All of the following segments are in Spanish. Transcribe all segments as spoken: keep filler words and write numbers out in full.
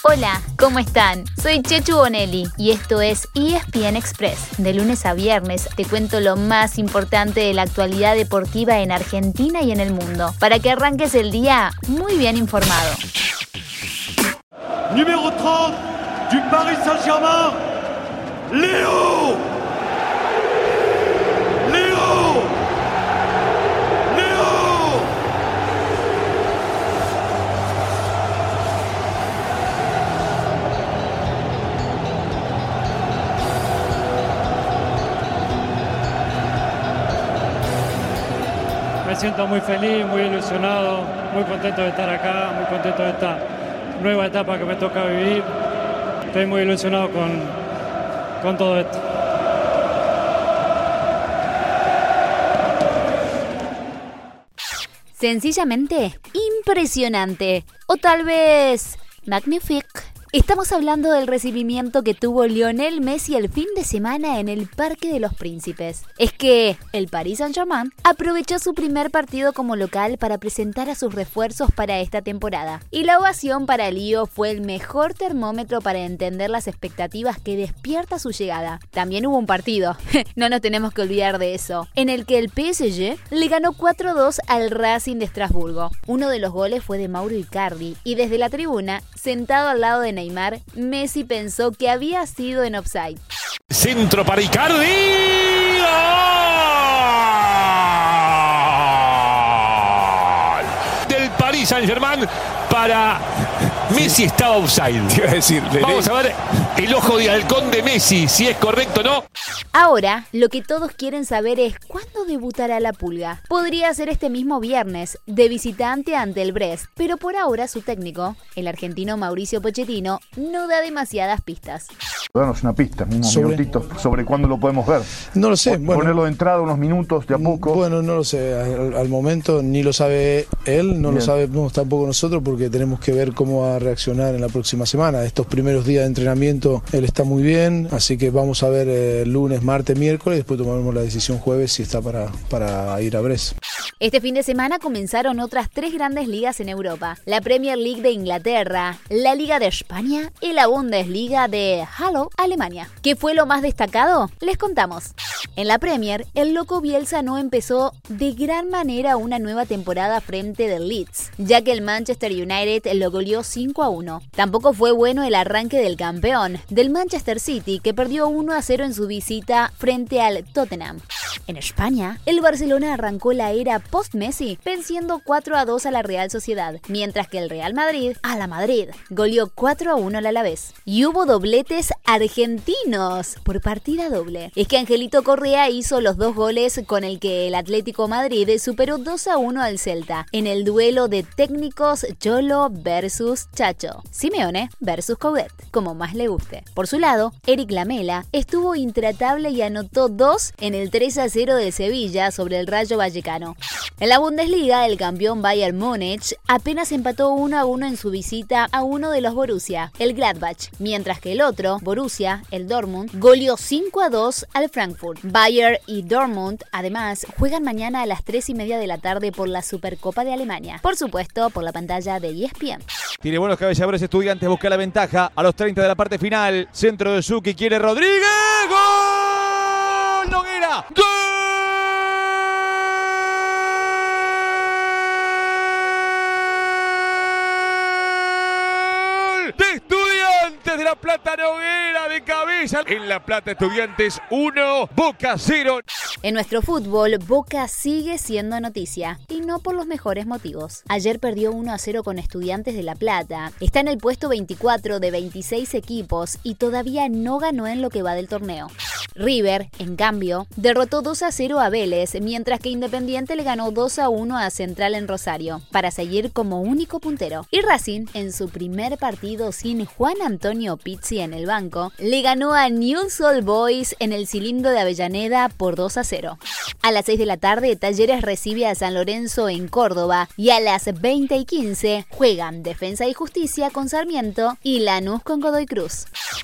Hola, ¿cómo están? Soy Chechu Bonelli y esto es E S P N Express. De lunes a viernes te cuento lo más importante de la actualidad deportiva en Argentina y en el mundo, para que arranques el día muy bien informado. Número treinta du Paris Saint-Germain, Léo. Léo. Léo. Me siento muy feliz, muy ilusionado, muy contento de estar acá, muy contento de esta nueva etapa que me toca vivir. Estoy muy ilusionado con, con todo esto. Sencillamente impresionante, o tal vez magnifique. Estamos hablando del recibimiento que tuvo Lionel Messi el fin de semana en el Parque de los Príncipes. Es que el Paris Saint-Germain aprovechó su primer partido como local para presentar a sus refuerzos para esta temporada. Y la ovación para Lío fue el mejor termómetro para entender las expectativas que despierta su llegada. También hubo un partido, no nos tenemos que olvidar de eso, en el que el P S G le ganó cuatro dos al Racing de Estrasburgo. Uno de los goles fue de Mauro Icardi y desde la tribuna, sentado al lado de Neymar, Messi pensó que había sido en offside. Centro para Icardi. ¡Gol! Del Paris Saint-Germain para Messi. Estaba offside. Te iba a decir, Vamos a ver el ojo de halcón de Messi, si es correcto o no. Ahora, lo que todos quieren saber es ¿cuándo debutará la Pulga? Podría ser este mismo viernes, de visitante ante el Brest, pero por ahora su técnico, el argentino Mauricio Pochettino, no da demasiadas pistas. Danos una pista, unos sobre... minutitos, sobre cuándo lo podemos ver. No lo sé. Bueno, ponerlo de entrada unos minutos, de a poco. Bueno, no lo sé. Al, al momento ni lo sabe él, no Bien. lo sabemos tampoco nosotros, porque tenemos que ver cómo va a reaccionar en la próxima semana. Estos primeros días de entrenamiento, él está muy bien, así que vamos a ver eh, lunes, martes, miércoles, después tomaremos la decisión jueves si está para, para ir a Brest. Este fin de semana comenzaron otras tres grandes ligas en Europa. La Premier League de Inglaterra, la Liga de España y la Bundesliga de Hallo, Alemania. ¿Qué fue lo más destacado? Les contamos. En la Premier, el loco Bielsa no empezó de gran manera una nueva temporada frente del Leeds, ya que el Manchester United lo goleó cinco a uno. Tampoco fue bueno el arranque del campeón, del Manchester City, que perdió uno a cero en su visita frente al Tottenham. En España, el Barcelona arrancó la era post-Messi, venciendo cuatro a dos a la Real Sociedad, mientras que el Real Madrid, a la Madrid, goleó cuatro a uno al Alavés. Y hubo dobletes argentinos por partida doble. Es que Angelito Correa hizo los dos goles con el que el Atlético Madrid superó dos a uno al Celta, en el duelo de técnicos Cholo versus Chacho, Simeone versus Coudet, como más le guste. Por su lado, Eric Lamela estuvo intratable y anotó dos en el tres a cero de Sevilla sobre el Rayo Vallecano. En la Bundesliga, el campeón Bayern Múnich apenas empató uno a uno en su visita a uno de los Borussia, el Gladbach, mientras que el otro, Borussia, el Dortmund, goleó cinco a dos al Frankfurt. Bayern y Dortmund, además, juegan mañana a las tres y media de la tarde por la Supercopa de Alemania. Por supuesto, por la pantalla de E S P N. Tiene buenos cabezadores Estudiantes, busca la ventaja a los treinta de la parte final. Centro de Zucchi, quiere Rodríguez. ¡Gol! ¡Noguera! ¡Gol! De Estudiantes de La Plata, Noguera de cabeza. En La Plata, Estudiantes uno, Boca cero. En nuestro fútbol, Boca sigue siendo noticia, y no por los mejores motivos. Ayer perdió uno a cero con Estudiantes de La Plata. Está en el puesto veinticuatro de veintiséis equipos y todavía no ganó en lo que va del torneo. River, en cambio, derrotó dos a cero a Vélez, mientras que Independiente le ganó dos a uno a Central en Rosario, para seguir como único puntero. Y Racing, en su primer partido sin Juan Antonio Pizzi en el banco, le ganó a Newell's Old Boys en el Cilindro de Avellaneda por dos a cero. A las seis de la tarde, Talleres recibe a San Lorenzo en Córdoba y a las veinte y quince juegan Defensa y Justicia con Sarmiento y Lanús con Godoy Cruz.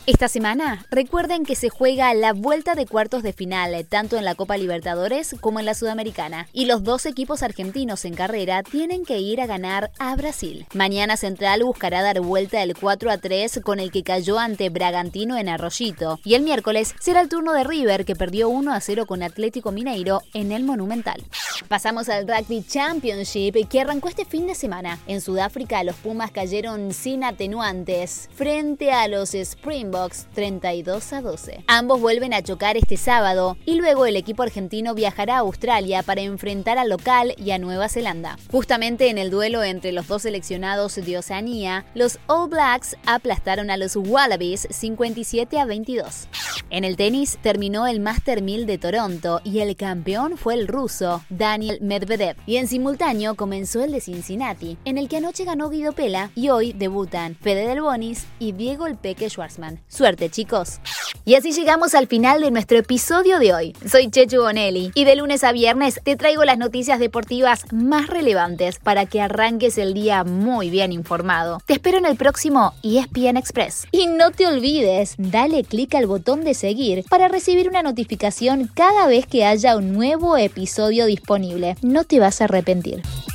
Esta semana, recuerden que se juega la vuelta de cuartos de final, tanto en la Copa Libertadores como en la Sudamericana, y los dos equipos argentinos en carrera tienen que ir a ganar a Brasil. Mañana Central buscará dar vuelta el cuatro a tres con el que cayó ante Bragantino en Arroyito, y el miércoles será el turno de River, que perdió uno a cero con Atlético Mineiro en el Monumental. Pasamos al Rugby Championship, que arrancó este fin de semana. En Sudáfrica, los Pumas cayeron sin atenuantes frente a los Springboks treinta y dos a doce. Ambos vuelven a chocar este sábado y luego el equipo argentino viajará a Australia para enfrentar al local y a Nueva Zelanda. Justamente en el duelo entre los dos seleccionados de Oceanía, los All Blacks aplastaron a los Wallabies cincuenta y siete a veintidós. En el tenis terminó el Master mil de Toronto y el campeón fue el ruso Daniil Medvedev. Y en simultáneo comenzó el de Cincinnati, en el que anoche ganó Guido Pella y hoy debutan Fede Del Bonis y Diego El Peque Schwartzman. Suerte, chicos. Y así llegamos al final de nuestro episodio de hoy. Soy Chechu Bonelli y de lunes a viernes te traigo las noticias deportivas más relevantes para que arranques el día muy bien informado. Te espero en el próximo E S P N Express. Y no te olvides, dale clic al botón de seguir para recibir una notificación cada vez que haya un nuevo episodio disponible. No te vas a arrepentir.